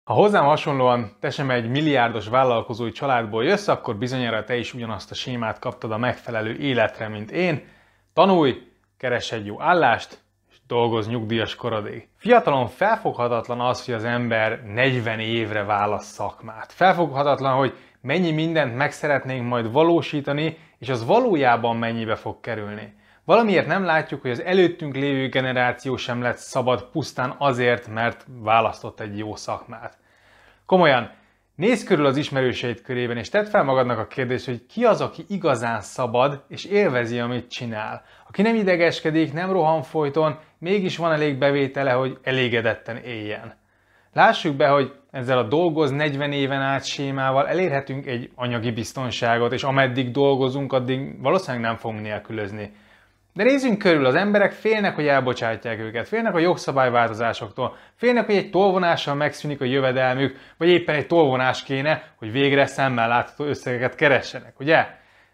Ha hozzám hasonlóan te sem egy milliárdos vállalkozói családból jössz, akkor bizonyára te is ugyanazt a sémát kaptad a megfelelő életre, mint én. Tanulj, keresd egy jó állást, és dolgozz nyugdíjas korodig. Fiatalon felfoghatatlan az, hogy az ember 40 évre választ szakmát. Felfoghatatlan, hogy mennyi mindent meg szeretnénk majd valósítani, és az valójában mennyibe fog kerülni. Valamiért nem látjuk, hogy az előttünk lévő generáció sem lett szabad pusztán azért, mert választott egy jó szakmát. Komolyan, nézz körül az ismerőseid körében, és tedd fel magadnak a kérdést, hogy ki az, aki igazán szabad, és élvezi, amit csinál. Aki nem idegeskedik, nem rohan folyton, mégis van elég bevétele, hogy elégedetten éljen. Lássuk be, hogy ezzel a dolgoz 40 éven át sémával elérhetünk egy anyagi biztonságot, és ameddig dolgozunk, addig valószínűleg nem fogunk nélkülözni. De nézzünk körül, az emberek félnek, hogy elbocsátják őket, félnek a jogszabályváltozásoktól, félnek, hogy egy tolvonással megszűnik a jövedelmük, vagy éppen egy tolvonás kéne, hogy végre szemmel látható összegeket keressenek, ugye?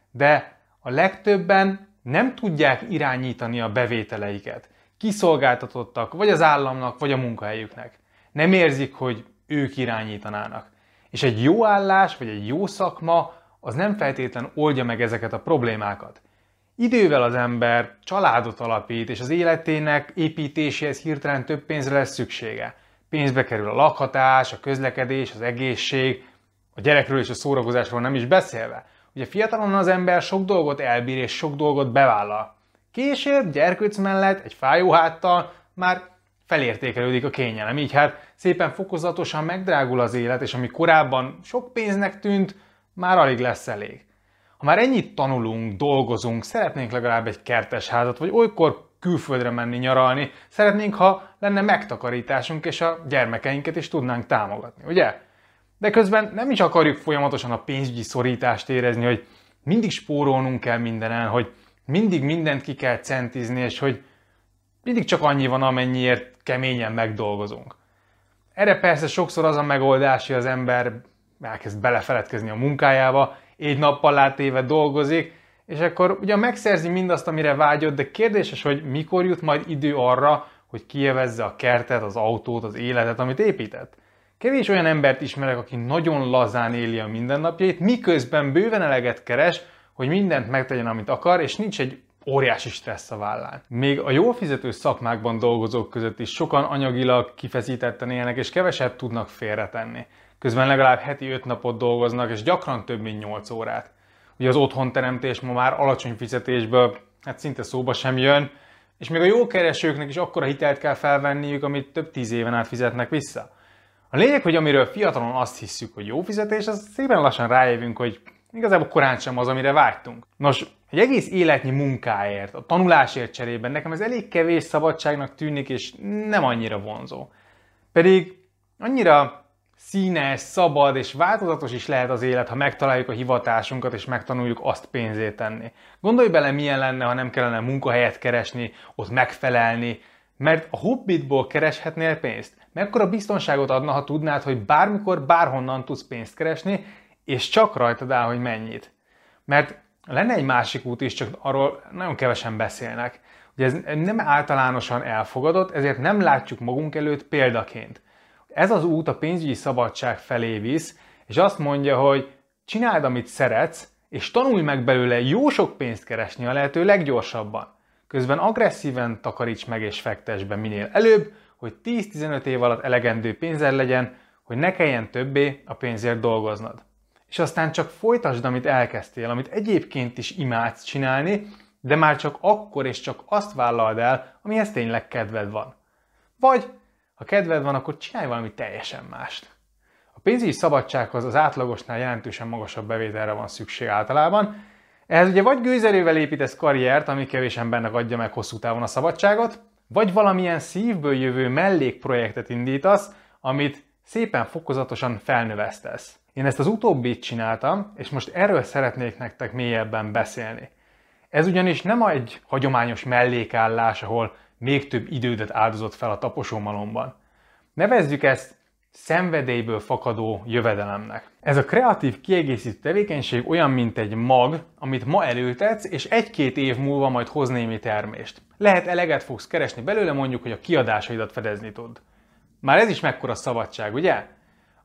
De a legtöbben nem tudják irányítani a bevételeiket. Kiszolgáltatottak, vagy az államnak, vagy a munkahelyüknek. Nem érzik, hogy ők irányítanának. És egy jó állás, vagy egy jó szakma, az nem feltétlen oldja meg ezeket a problémákat. Idővel az ember családot alapít, és az életének építéséhez hirtelen több pénzre lesz szüksége. Pénzbe kerül a lakhatás, a közlekedés, az egészség, a gyerekről és a szórakozásról nem is beszélve. Ugye fiatalon az ember sok dolgot elbír és sok dolgot bevállal. Később, gyerkőc mellett, egy fájó háttal már felértékelődik a kényelem. Így hát szépen fokozatosan megdrágul az élet, és ami korábban sok pénznek tűnt, már alig lesz elég. Ha már ennyit tanulunk, dolgozunk, szeretnénk legalább egy kertes házat, vagy olykor külföldre menni nyaralni, szeretnénk, ha lenne megtakarításunk, és a gyermekeinket is tudnánk támogatni, ugye? De közben nem is akarjuk folyamatosan a pénzügyi szorítást érezni, hogy mindig spórolnunk kell mindenen, hogy mindig mindent ki kell centizni, és hogy mindig csak annyi van, amennyiért keményen megdolgozunk. Erre persze sokszor az a megoldás, hogy az ember elkezd belefeledkezni a munkájába, egy nappal átéve dolgozik, és akkor ugyan megszerzi mindazt, amire vágyott, de kérdéses, hogy mikor jut majd idő arra, hogy kiélvezze a kertet, az autót, az életet, amit épített. Kevés olyan embert ismerek, aki nagyon lazán éli a mindennapjait, miközben bőven eleget keres, hogy mindent megtegyen, amit akar, és nincs egy óriási stressz a vállán. Még a jól fizető szakmákban dolgozók között is sokan anyagilag kifeszítetten élnek, és keveset tudnak félretenni. Közben legalább heti 5 napot dolgoznak, és gyakran több mint 8 órát. Ugye az otthonteremtés ma már alacsony fizetésből szinte szóba sem jön, és még a jó keresőknek is akkora hitelt kell felvenniük, amit több 10 éven át fizetnek vissza. A lényeg, hogy amiről fiatalon azt hiszük, hogy jó fizetés, az szépen lassan rájövünk, hogy igazából korán sem az, amire vágytunk. Nos, egy egész életnyi munkáért, a tanulásért cserében nekem ez elég kevés szabadságnak tűnik, és nem annyira vonzó. Pedig annyira színes, szabad és változatos is lehet az élet, ha megtaláljuk a hivatásunkat és megtanuljuk azt pénzé tenni. Gondolj bele, milyen lenne, ha nem kellene munkahelyet keresni, ott megfelelni, mert a hobbitból kereshetnél pénzt. Mekkora biztonságot adna, ha tudnád, hogy bármikor, bárhonnan tudsz pénzt keresni, és csak rajtad áll, hogy mennyit. Mert lenne egy másik út is, csak arról nagyon kevesen beszélnek. Ugye ez nem általánosan elfogadott, ezért nem látjuk magunk előtt példaként. Ez az út a pénzügyi szabadság felé visz, és azt mondja, hogy csináld, amit szeretsz, és tanulj meg belőle jó sok pénzt keresni a lehető leggyorsabban. Közben agresszíven takaríts meg és fektess be minél előbb, hogy 10-15 év alatt elegendő pénzed legyen, hogy ne kelljen többé a pénzért dolgoznod. És aztán csak folytasd, amit elkezdtél, amit egyébként is imádsz csinálni, de már csak akkor és csak azt vállald el, amihez tényleg kedved van. Vagy, ha kedved van, akkor csinálj valami teljesen mást. A pénzügyi szabadsághoz az átlagosnál jelentősen magasabb bevételre van szükség általában. Ehhez ugye vagy gőzerővel építesz karriert, ami kevés embernek adja meg hosszú távon a szabadságot, vagy valamilyen szívből jövő mellékprojektet indítasz, amit szépen fokozatosan felnövesztesz. Én ezt az utóbbit csináltam, és most erről szeretnék nektek mélyebben beszélni. Ez ugyanis nem egy hagyományos mellékállás, ahol még több idődet áldozott fel a taposómalomban. Nevezzük ezt szenvedélyből fakadó jövedelemnek. Ez a kreatív kiegészítő tevékenység olyan, mint egy mag, amit ma elültetsz, és 1-2 év múlva majd hoz némi termést. Lehet eleget fogsz keresni belőle, mondjuk, hogy a kiadásaidat fedezni tud. Már ez is mekkora szabadság, ugye?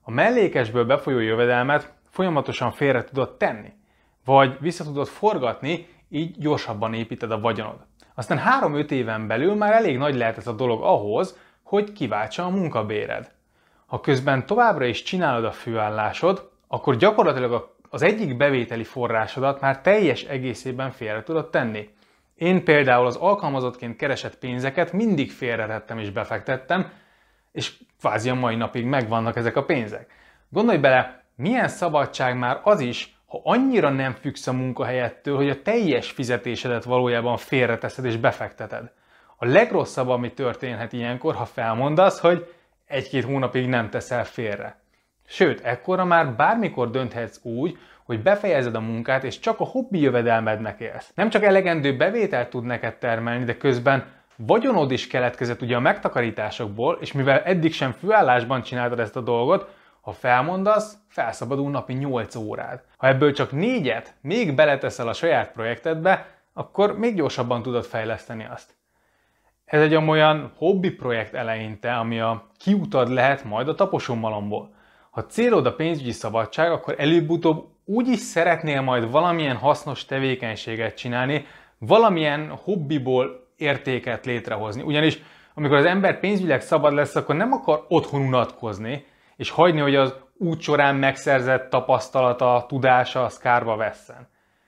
A mellékesből befolyó jövedelmet folyamatosan félre tudod tenni, vagy vissza tudod forgatni, így gyorsabban építed a vagyonod. Aztán 3-5 éven belül már elég nagy lehet ez a dolog ahhoz, hogy kiváltsa a munkabéred. Ha közben továbbra is csinálod a főállásod, akkor gyakorlatilag az egyik bevételi forrásodat már teljes egészében félre tudod tenni. Én például az alkalmazottként keresett pénzeket mindig félretettem és befektettem, és kvázi a mai napig megvannak ezek a pénzek. Gondolj bele, milyen szabadság már az is, ha annyira nem függsz a munkahelyedtől, hogy a teljes fizetésedet valójában félreteszed és befekteted. A legrosszabb, ami történhet ilyenkor, ha felmondasz, hogy 1-2 hónapig nem teszel félre. Sőt, ekkora már bármikor dönthetsz úgy, hogy befejezed a munkát és csak a hobbi jövedelmednek élsz. Nem csak elegendő bevételt tud neked termelni, de közben vagyonod is keletkezett ugye a megtakarításokból, és mivel eddig sem főállásban csináltad ezt a dolgot, ha felmondasz, felszabadul napi 8 órád. Ha ebből csak 4-et még beleteszel a saját projektedbe, akkor még gyorsabban tudod fejleszteni azt. Ez egy olyan hobbi projekt eleinte, ami a kiutad lehet majd a taposómalomból. Ha célod a pénzügyi szabadság, akkor előbb-utóbb úgyis szeretnél majd valamilyen hasznos tevékenységet csinálni, valamilyen hobbiból értéket létrehozni. Ugyanis amikor az ember pénzügyileg szabad lesz, akkor nem akar otthon unatkozni, és hagyni, hogy az út során megszerzett tapasztalata, tudása az kárba vesszen.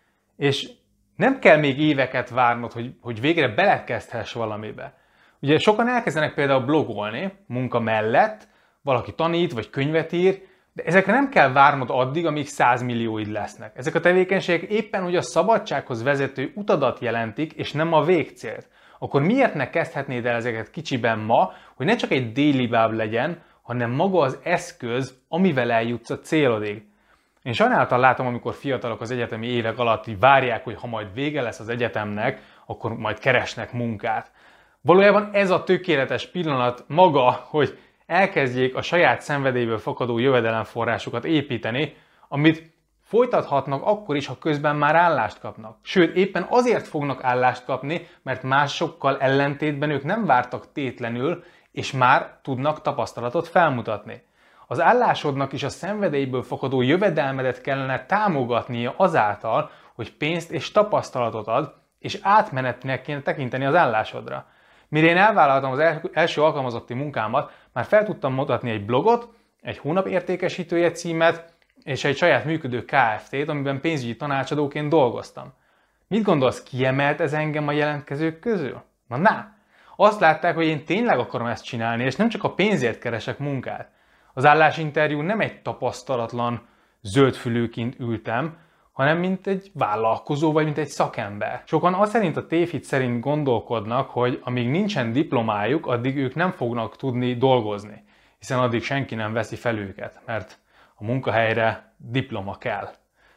És nem kell még éveket várnod, hogy végre belekezdhess valamibe. Ugye sokan elkezdenek például blogolni munka mellett, valaki tanít vagy könyvet ír, de ezekre nem kell várnod addig, amíg 100 millióid lesznek. Ezek a tevékenységek éppen hogy a szabadsághoz vezető utadat jelentik, és nem a végcélt. Akkor miért ne kezdhetnéd el ezeket kicsiben ma, hogy ne csak egy déli báb legyen, hanem maga az eszköz, amivel eljutsz a célodig. Én sajnálattal látom, amikor fiatalok az egyetemi évek alatt így várják, hogy ha majd vége lesz az egyetemnek, akkor majd keresnek munkát. Valójában ez a tökéletes pillanat maga, hogy elkezdjék a saját szenvedélyből fakadó jövedelemforrásukat építeni, amit folytathatnak akkor is, ha közben már állást kapnak. Sőt, éppen azért fognak állást kapni, mert másokkal ellentétben ők nem vártak tétlenül, és már tudnak tapasztalatot felmutatni. Az állásodnak is a szenvedélyből fakadó jövedelmedet kellene támogatnia azáltal, hogy pénzt és tapasztalatot ad, és átmenetnek kéne tekinteni az állásodra. Mire én elvállaltam az első alkalmazotti munkámat, már fel tudtam mutatni egy blogot, egy hónapértékesítője címet, és egy saját működő Kft-t, amiben pénzügyi tanácsadóként dolgoztam. Mit gondolsz, kiemelt ez engem a jelentkezők közül? Na! Azt látták, hogy én tényleg akarom ezt csinálni, és nem csak a pénzért keresek munkát. Az állásinterjú nem egy tapasztalatlan zöldfülőként ültem, hanem mint egy vállalkozó vagy mint egy szakember. Sokan azt szerint a tévhit szerint gondolkodnak, hogy amíg nincsen diplomájuk, addig ők nem fognak tudni dolgozni, hiszen addig senki nem veszi fel őket, mert a munkahelyre diploma kell.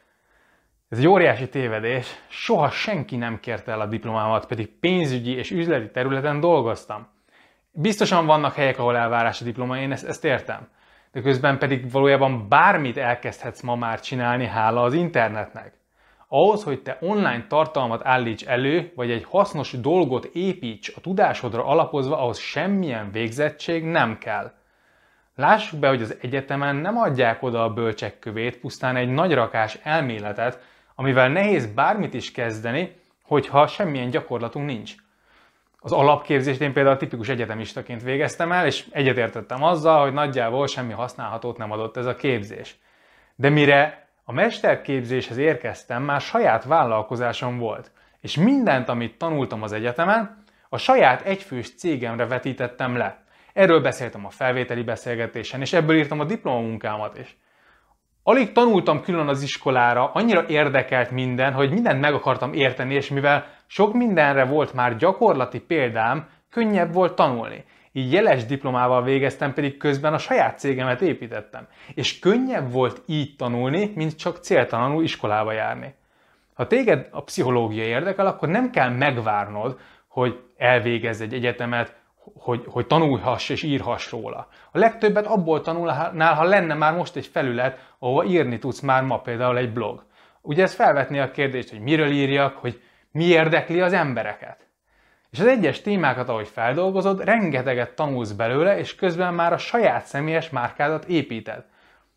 Ez egy óriási tévedés, soha senki nem kérte el a diplomámat, pedig pénzügyi és üzleti területen dolgoztam. Biztosan vannak helyek, ahol elvárás a diploma, én ezt értem. De közben pedig valójában bármit elkezdhetsz ma már csinálni hála az internetnek. Ahhoz, hogy te online tartalmat állíts elő, vagy egy hasznos dolgot építs a tudásodra alapozva, ahhoz semmilyen végzettség nem kell. Lássuk be, hogy az egyetemen nem adják oda a bölcsek kövét, pusztán egy nagyrakás elméletet, amivel nehéz bármit is kezdeni, hogyha semmilyen gyakorlatunk nincs. Az alapképzést én például tipikus egyetemistaként végeztem el, és egyetértettem azzal, hogy nagyjából semmi használhatót nem adott ez a képzés. De mire a mesterképzéshez érkeztem, már saját vállalkozásom volt, és mindent, amit tanultam az egyetemen, a saját egyfős cégemre vetítettem le. Erről beszéltem a felvételi beszélgetésen, és ebből írtam a diplomamunkámat is. Alig tanultam külön az iskolára, annyira érdekelt minden, hogy mindent meg akartam érteni, és mivel sok mindenre volt már gyakorlati példám, könnyebb volt tanulni. Így jeles diplomával végeztem, pedig közben a saját cégemet építettem. És könnyebb volt így tanulni, mint csak céltalanul iskolába járni. Ha téged a pszichológia érdekel, akkor nem kell megvárnod, hogy elvégezz egy egyetemet, hogy tanulhass és írhass róla. A legtöbbet abból tanulnál, ha lenne már most egy felület, ahova írni tudsz már ma, például egy blog. Ugye ez felvetné a kérdést, hogy miről írjak, hogy mi érdekli az embereket. És az egyes témákat, ahogy feldolgozod, rengeteget tanulsz belőle, és közben már a saját személyes márkádat építed.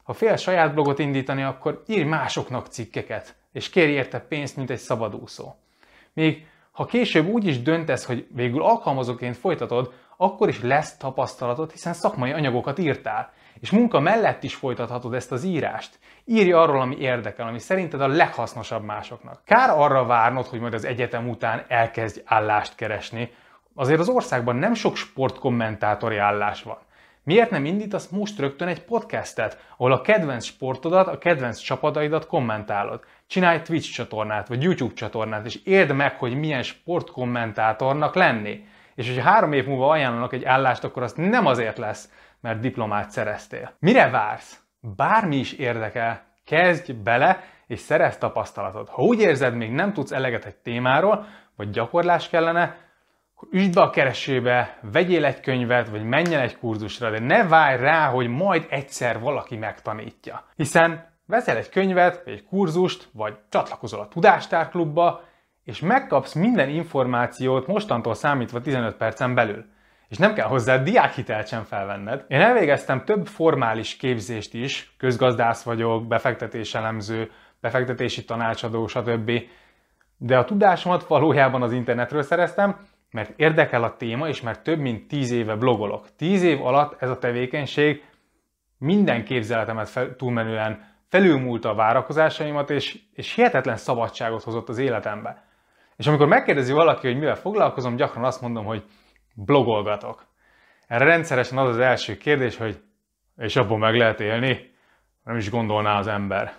Ha fél saját blogot indítani, akkor írj másoknak cikkeket, és kérj érte pénzt, mint egy szabadúszó. Még ha később úgy is döntesz, hogy végül alkalmazóként folytatod, akkor is lesz tapasztalatod, hiszen szakmai anyagokat írtál. És munka mellett is folytathatod ezt az írást. Írj arról, ami érdekel, ami szerinted a leghasznosabb másoknak. Kár arra várnod, hogy majd az egyetem után elkezdj állást keresni. Azért az országban nem sok sportkommentátori állás van. Miért nem indítasz most rögtön egy podcastet, ahol a kedvenc sportodat, a kedvenc csapataidat kommentálod? Csinálj Twitch csatornát, vagy YouTube csatornát, és érd meg, hogy milyen sportkommentátornak lenni. És hogyha 3 év múlva ajánlanak egy állást, akkor azt nem azért lesz, mert diplomát szereztél. Mire vársz? Bármi is érdekel, kezdj bele, és szerezz tapasztalatot. Ha úgy érzed, még nem tudsz eleget egy témáról, vagy gyakorlás kellene, akkor üsd be a keresőbe, vegyél egy könyvet, vagy menj el egy kurzusra, de ne várj rá, hogy majd egyszer valaki megtanítja. Hiszen veszel egy könyvet, vagy egy kurzust, vagy csatlakozol a Tudástárklubba, és megkapsz minden információt mostantól számítva 15 percen belül. És nem kell hozzá diákhitelt sem felvenned. Én elvégeztem több formális képzést is, közgazdász vagyok, befektetéselemző, befektetési tanácsadó, stb. De a tudásomat valójában az internetről szereztem, mert érdekel a téma, és mert több mint 10 éve blogolok. 10 év alatt ez a tevékenység minden képzeletemet túlmenően felülmúlta a várakozásaimat, és hihetetlen szabadságot hozott az életembe. És amikor megkérdezi valaki, hogy mivel foglalkozom, gyakran azt mondom, hogy blogolgatok. Erre rendszeresen az az első kérdés, hogy és abból meg lehet élni? Nem is gondolná az ember.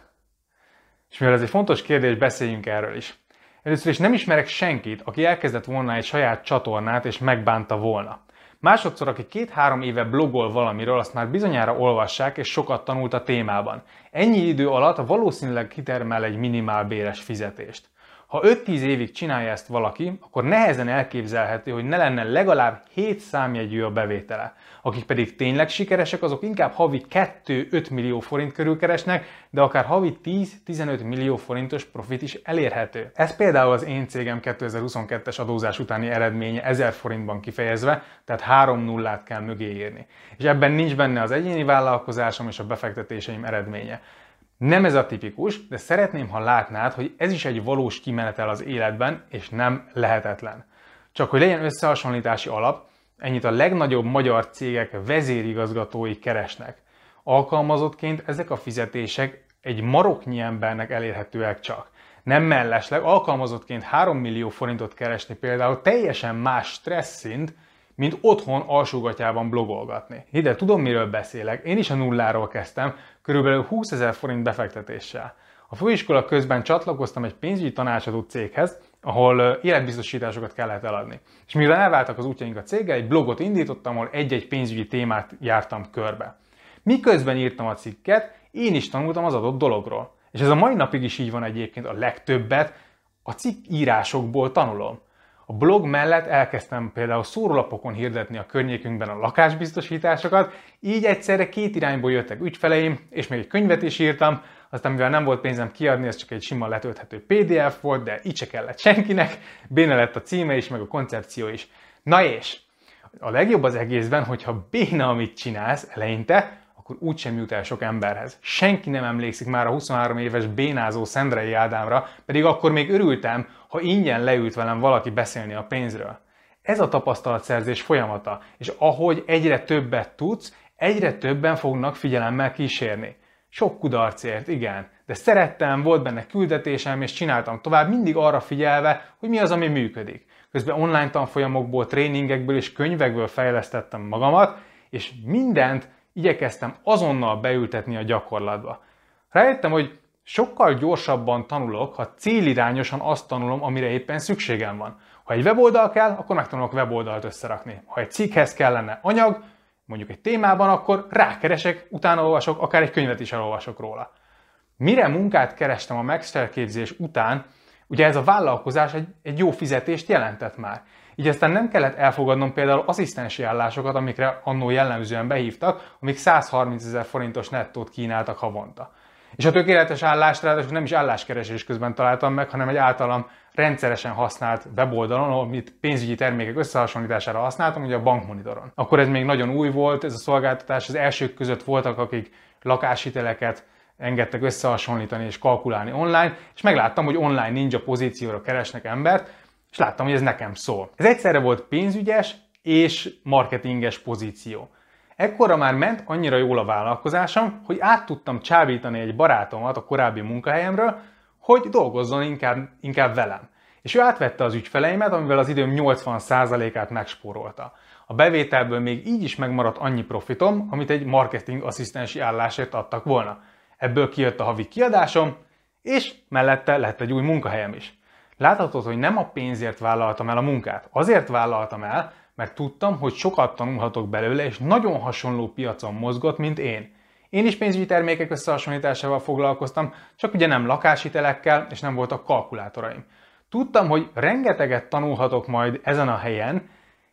És mivel ez egy fontos kérdés, beszéljünk erről is. Először is nem ismerek senkit, aki elkezdett volna egy saját csatornát és megbánta volna. Másodszor, aki 2-3 éve blogol valamiről, azt már bizonyára olvassák és sokat tanult a témában. Ennyi idő alatt valószínűleg kitermel egy minimálbéres fizetést. Ha 5-10 évig csinálja ezt valaki, akkor nehezen elképzelhető, hogy ne lenne legalább 7 számjegyű a bevétele. Akik pedig tényleg sikeresek, azok inkább havi 2-5 millió forint körül keresnek, de akár havi 10-15 millió forintos profit is elérhető. Ez például az én cégem 2022-es adózás utáni eredménye 1000 forintban kifejezve, tehát 3 nullát kell mögé írni. És ebben nincs benne az egyéni vállalkozásom és a befektetéseim eredménye. Nem ez a tipikus, de szeretném, ha látnád, hogy ez is egy valós kimenetel az életben, és nem lehetetlen. Csak hogy legyen összehasonlítási alap, ennyit a legnagyobb magyar cégek vezérigazgatói keresnek. Alkalmazottként ezek a fizetések egy maroknyi embernek elérhetőek csak. Nem mellesleg alkalmazottként 3 millió forintot keresni például teljesen más stressz szint, mint otthon alsógatyában blogolgatni. Ide tudom, miről beszélek. Én is a nulláról kezdtem, körülbelül 20 000 forint befektetéssel. A főiskola közben csatlakoztam egy pénzügyi tanácsadó céghez, ahol életbiztosításokat kellett eladni. És mivel elváltak az útjaink a céggel, egy blogot indítottam, ahol egy-egy pénzügyi témát jártam körbe. Miközben írtam a cikket, én is tanultam az adott dologról. És ez a mai napig is így van egyébként, a legtöbbet a cikkírásokból tanulom. A blog mellett elkezdtem például szórólapokon hirdetni a környékünkben a lakásbiztosításokat, így egyszerre 2 irányból jöttek ügyfeleim, és még egy könyvet is írtam, aztán mivel nem volt pénzem kiadni, ez csak egy sima letölthető PDF volt, de így se kellett senkinek, béna lett a címe is, meg a koncepció is. Na és a legjobb az egészben, hogyha béna, amit csinálsz eleinte, akkor úgysem jut el sok emberhez. Senki nem emlékszik már a 23 éves bénázó Szendrei Ádámra, pedig akkor még örültem, ha ingyen leült velem valaki beszélni a pénzről. Ez a tapasztalatszerzés folyamata, és ahogy egyre többet tudsz, egyre többen fognak figyelemmel kísérni. Sok kudarcért, igen, de szerettem, volt benne küldetésem, és csináltam tovább, mindig arra figyelve, hogy mi az, ami működik. Közben online tanfolyamokból, tréningekből és könyvekből fejlesztettem magamat, és mindent igyekeztem azonnal beültetni a gyakorlatba. Rájöttem, hogy sokkal gyorsabban tanulok, ha célirányosan azt tanulom, amire éppen szükségem van. Ha egy weboldal kell, akkor megtanulok weboldalt összerakni. Ha egy cikkhez kellene anyag, mondjuk egy témában, akkor rákeresek, utána olvasok, akár egy könyvet is elolvasok róla. Mire munkát kerestem a mesterképzés után, ugye ez a vállalkozás egy jó fizetést jelentett már. Így aztán nem kellett elfogadnom például asszisztensi állásokat, amikre annó jellemzően behívtak, amik 130 000 forintos nettót kínáltak havonta. És a tökéletes állást ráadásul nem is álláskeresés közben találtam meg, hanem egy általam rendszeresen használt weboldalon, amit pénzügyi termékek összehasonlítására használtam, ugye a bankmonitoron. Akkor ez még nagyon új volt, ez a szolgáltatás, az elsők között voltak, akik lakáshiteleket engedtek összehasonlítani és kalkulálni online, és megláttam, hogy online ninja pozícióra keresnek embert, és láttam, hogy ez nekem szól. Ez egyszerre volt pénzügyes és marketinges pozíció. Ekkorra már ment annyira jól a vállalkozásom, hogy át tudtam csábítani egy barátomat a korábbi munkahelyemről, hogy dolgozzon inkább velem. És ő átvette az ügyfeleimet, amivel az időm 80%-át megspórolta. A bevételből még így is megmaradt annyi profitom, amit egy marketing asszisztensi állásért adtak volna. Ebből kijött a havi kiadásom, és mellette lett egy új munkahelyem is. Láthatod, hogy nem a pénzért vállaltam el a munkát. Azért vállaltam el, mert tudtam, hogy sokat tanulhatok belőle, és nagyon hasonló piacon mozgott, mint én. Én is pénzügyi termékek összehasonlításával foglalkoztam, csak ugye nem lakáshitelekkel, és nem voltak kalkulátoraim. Tudtam, hogy rengeteget tanulhatok majd ezen a helyen,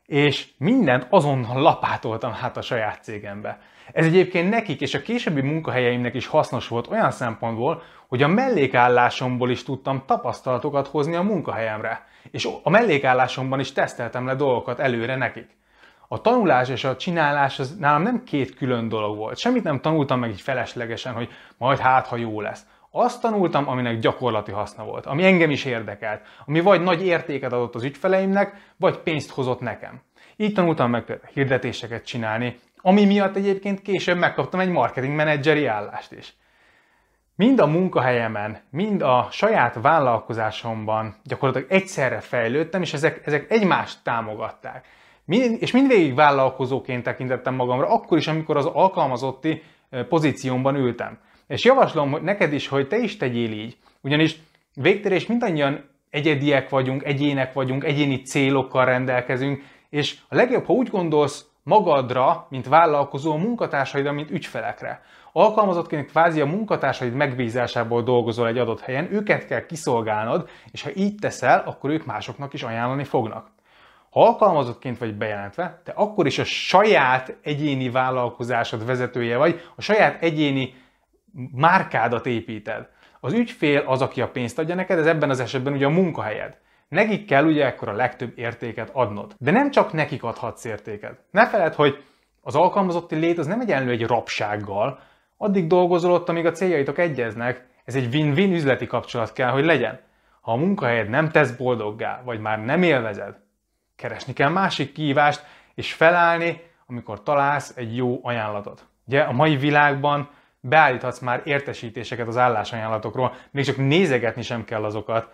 és mindent azonnal lapátoltam hát a saját cégembe. Ez egyébként nekik és a későbbi munkahelyeimnek is hasznos volt olyan szempontból, hogy a mellékállásomból is tudtam tapasztalatokat hozni a munkahelyemre, és a mellékállásomban is teszteltem le dolgokat előre nekik. A tanulás és a csinálás az nálam nem két külön dolog volt. Semmit nem tanultam meg így feleslegesen, hogy majd hát, ha jó lesz. Azt tanultam, aminek gyakorlati haszna volt, ami engem is érdekelt, ami vagy nagy értéket adott az ügyfeleimnek, vagy pénzt hozott nekem. Így tanultam meg például hirdetéseket csinálni, ami miatt egyébként később megkaptam egy marketing menedzseri állást is. Mind a munkahelyemen, mind a saját vállalkozásomban gyakorlatilag egyszerre fejlődtem, és ezek egymást támogatták. És mindvégig vállalkozóként tekintettem magamra, akkor is, amikor az alkalmazotti pozíciómban ültem. És javaslom hogy neked is, hogy te is tegyél így. Ugyanis végtére is mindannyian egyediek vagyunk, egyének vagyunk, egyéni célokkal rendelkezünk, és a legjobb, ha úgy gondolsz magadra, mint vállalkozó, a munkatársaidra, mint ügyfelekre. Alkalmazottként kvázi a munkatársaid megbízásából dolgozol egy adott helyen, őket kell kiszolgálnod, és ha így teszel, akkor ők másoknak is ajánlani fognak. Ha alkalmazottként vagy bejelentve, te akkor is a saját egyéni vállalkozásod vezetője vagy, a saját egyéni márkádat építed. Az ügyfél az, aki a pénzt adja neked, ez ebben az esetben ugye a munkahelyed. Nekik kell ugye ekkor a legtöbb értéket adnod. De nem csak nekik adhatsz értéket. Ne feledd, hogy az alkalmazotti lét az nem egyenlő egy rabsággal. Addig dolgozol ott, amíg a céljaitok egyeznek. Ez egy win-win üzleti kapcsolat kell, hogy legyen. Ha a munkahelyed nem tesz boldoggá, vagy már nem élvezed, keresni kell másik kihívást, és felállni, amikor találsz egy jó ajánlatot. Ugye a mai világban beállíthatsz már értesítéseket az állásajánlatokról, még csak nézegetni sem kell azokat.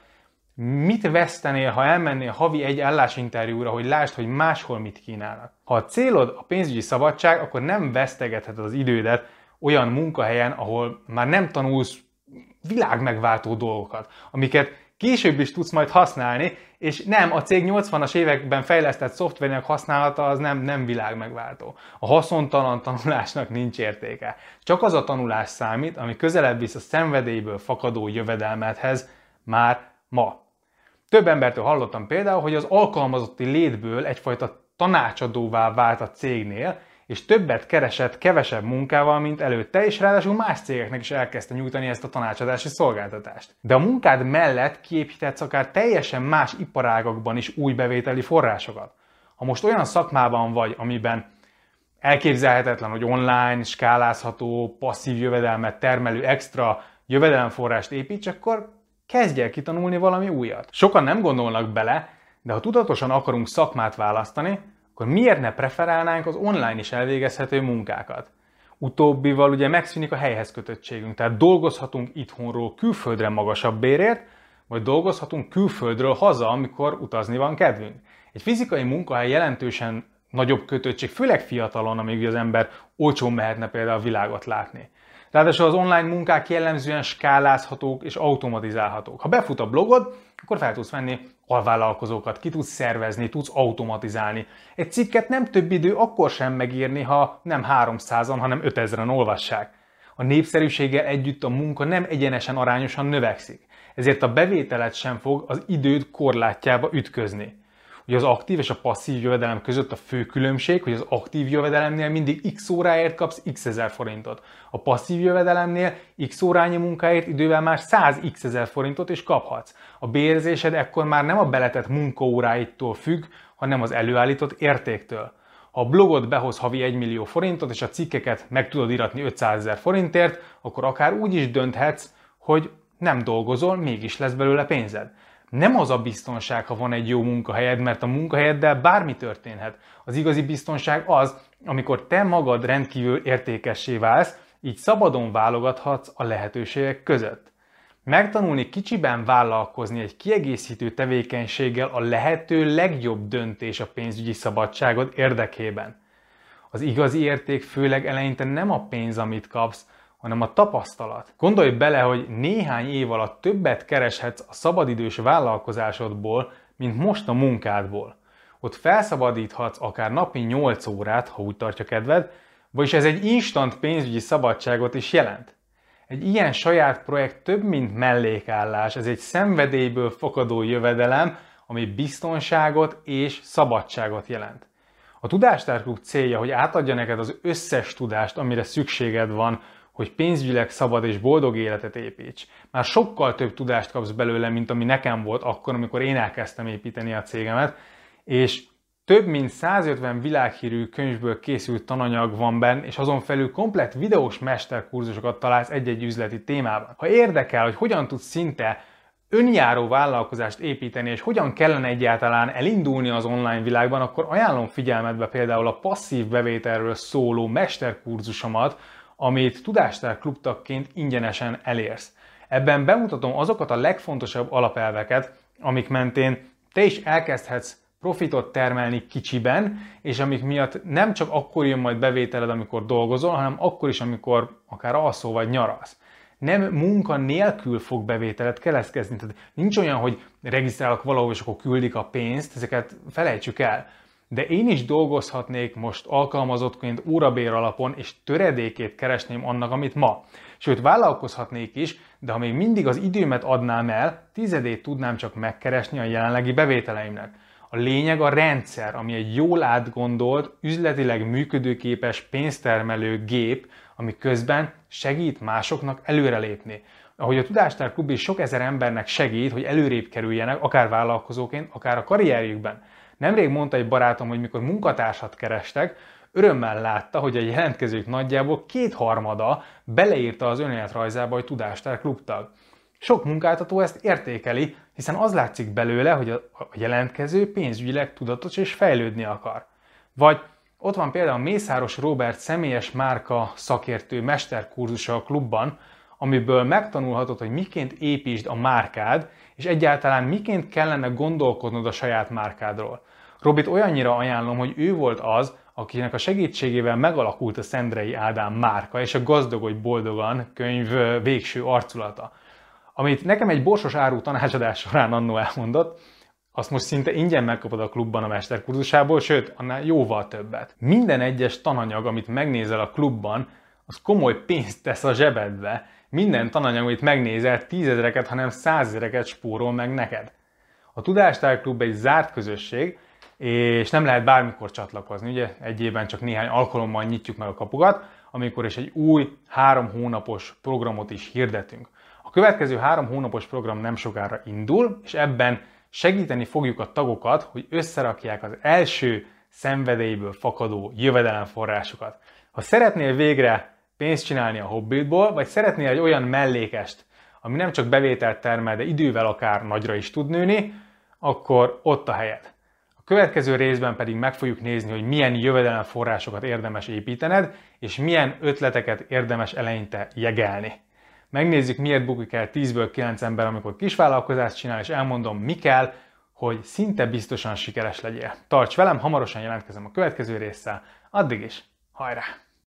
Mit vesztenél, ha elmennél havi egy állásinterjúra, hogy lásd, hogy máshol mit kínálnak? Ha a célod a pénzügyi szabadság, akkor nem vesztegetheted az idődet olyan munkahelyen, ahol már nem tanulsz világmegváltó dolgokat, amiket később is tudsz majd használni, és nem, a cég 80-as években fejlesztett szoftvernek használata az nem világmegváltó. A haszontalan tanulásnak nincs értéke. Csak az a tanulás számít, ami közelebb visz a szenvedélyből fakadó jövedelmedhez már ma. Több embertől hallottam például, hogy az alkalmazotti létből egyfajta tanácsadóvá vált a cégnél, és többet keresett kevesebb munkával, mint előtte, és ráadásul más cégeknek is elkezdte nyújtani ezt a tanácsadási szolgáltatást. De a munkád mellett kiépíthetsz akár teljesen más iparágakban is új bevételi forrásokat. Ha most olyan szakmában vagy, amiben elképzelhetetlen, hogy online, skálázható, passzív jövedelmet termelő extra jövedelemforrást építs, akkor kezdj el kitanulni valami újat. Sokan nem gondolnak bele, de ha tudatosan akarunk szakmát választani, akkor miért ne preferálnánk az online is elvégezhető munkákat? Utóbbival ugye megszűnik a helyhez kötöttségünk, tehát dolgozhatunk itthonról külföldre magasabb bérért, vagy dolgozhatunk külföldről haza, amikor utazni van kedvünk. Egy fizikai munkahely jelentősen nagyobb kötöttség, főleg fiatalon, amíg az ember olcsón mehetne például a világot látni. Ráadásul az online munkák jellemzően skálázhatók és automatizálhatók. Ha befut a blogod, akkor fel tudsz venni alvállalkozókat, ki tudsz szervezni, tudsz automatizálni. Egy cikket nem több idő akkor sem megírni, ha nem 300-an, hanem 5000-en olvassák. A népszerűséggel együtt a munka nem egyenesen arányosan növekszik, ezért a bevételed sem fog az időd korlátjába ütközni. Ugye az aktív és a passzív jövedelem között a fő különbség, hogy az aktív jövedelemnél mindig x óráért kapsz x ezer forintot. A passzív jövedelemnél x órányi munkáért idővel már 100x ezer forintot is kaphatsz. A bérzésed ekkor már nem a beletett munkaóráitól függ, hanem az előállított értéktől. Ha a blogod behoz havi 1 millió forintot, és a cikkeket meg tudod iratni 500 000 forintért, akkor akár úgy is dönthetsz, hogy nem dolgozol, mégis lesz belőle pénzed. Nem az a biztonság, ha van egy jó munkahelyed, mert a munkahelyeddel bármi történhet. Az igazi biztonság az, amikor te magad rendkívül értékessé válsz, így szabadon válogathatsz a lehetőségek között. Megtanulni kicsiben vállalkozni egy kiegészítő tevékenységgel a lehető legjobb döntés a pénzügyi szabadságod érdekében. Az igazi érték főleg eleinte nem a pénz, amit kapsz, hanem a tapasztalat. Gondolj bele, hogy néhány év alatt többet kereshetsz a szabadidős vállalkozásodból, mint most a munkádból. Ott felszabadíthatsz akár napi 8 órát, ha úgy tartja kedved, vagyis ez egy instant pénzügyi szabadságot is jelent. Egy ilyen saját projekt több, mint mellékállás, ez egy szenvedélyből fakadó jövedelem, ami biztonságot és szabadságot jelent. A Tudástárklub célja, hogy átadja neked az összes tudást, amire szükséged van, hogy pénzügyileg szabad és boldog életet építs. Már sokkal több tudást kapsz belőle, mint ami nekem volt akkor, amikor én elkezdtem építeni a cégemet, és több mint 150 világhírű könyvből készült tananyag van benne, és azon felül komplett videós mesterkurzusokat találsz egy-egy üzleti témában. Ha érdekel, hogy hogyan tudsz szinte önjáró vállalkozást építeni, és hogyan kellene egyáltalán elindulni az online világban, akkor ajánlom figyelmetbe például a passzív bevételről szóló mesterkurzusomat, amit Tudástárklub tagként ingyenesen elérsz. Ebben bemutatom azokat a legfontosabb alapelveket, amik mentén te is elkezdhetsz profitot termelni kicsiben, és amik miatt nem csak akkor jön majd bevételed, amikor dolgozol, hanem akkor is, amikor akár alszol vagy nyaralsz. Nem munka nélkül fog bevételed keletkezni. Tehát nincs olyan, hogy regisztrálok valahol, és akkor küldik a pénzt, ezeket felejtsük el. De én is dolgozhatnék most alkalmazottként órabér alapon, és töredékét keresném annak, amit ma. Sőt, vállalkozhatnék is, de ha még mindig az időmet adnám el, tizedét tudnám csak megkeresni a jelenlegi bevételeimnek. A lényeg a rendszer, ami egy jól átgondolt, üzletileg működőképes pénztermelő gép, ami közben segít másoknak előrelépni. Ahogy a Tudástárklub is sok ezer embernek segít, hogy előrébb kerüljenek, akár vállalkozóként, akár a karrierjükben. Nemrég mondta egy barátom, hogy mikor munkatársat kerestek, örömmel látta, hogy a jelentkezők nagyjából 2/3 beleírta az önéletrajzába, hogy Tudástárklub tag. Sok munkáltató ezt értékeli, hiszen az látszik belőle, hogy a jelentkező pénzügyileg tudatos és fejlődni akar. Vagy ott van például Mészáros Róbert személyes márka szakértő mesterkurzusa a klubban, amiből megtanulhatod, hogy miként építsd a márkád, és egyáltalán miként kellene gondolkodnod a saját márkádról. Robit olyannyira ajánlom, hogy ő volt az, akinek a segítségével megalakult a Szendrei Ádám márka és a Gazdagodj boldogan könyv végső arculata. Amit nekem egy borsos áru tanácsadás során annó elmondott, azt most szinte ingyen megkapod a klubban a mesterkurzusából, sőt, annál jóval többet. Minden egyes tananyag, amit megnézel a klubban, az komoly pénzt tesz a zsebedbe. Minden tananyag, amit megnézel, 10 000-eket, hanem 100 000-eket spórol meg neked. A Tudástárklub egy zárt közösség, és nem lehet bármikor csatlakozni. Ugye egy évben csak néhány alkalommal nyitjuk meg a kapukat, amikor is egy új 3 hónapos programot is hirdetünk. A következő 3 hónapos program nem sokára indul, és ebben segíteni fogjuk a tagokat, hogy összerakják az első szenvedélyből fakadó jövedelemforrásokat. Ha szeretnél végre pénzt csinálni a hobbidból, vagy szeretnél egy olyan mellékest, ami nem csak bevételt termel, de idővel akár nagyra is tud nőni, akkor ott a helyed. A következő részben pedig meg fogjuk nézni, hogy milyen jövedelemforrásokat érdemes építened, és milyen ötleteket érdemes eleinte jegelni. Megnézzük, miért bukik el 10-ből 9 ember, amikor kisvállalkozást csinál, és elmondom, mi kell, hogy szinte biztosan sikeres legyél. Tarts velem, hamarosan jelentkezem a következő résszel, addig is, hajrá!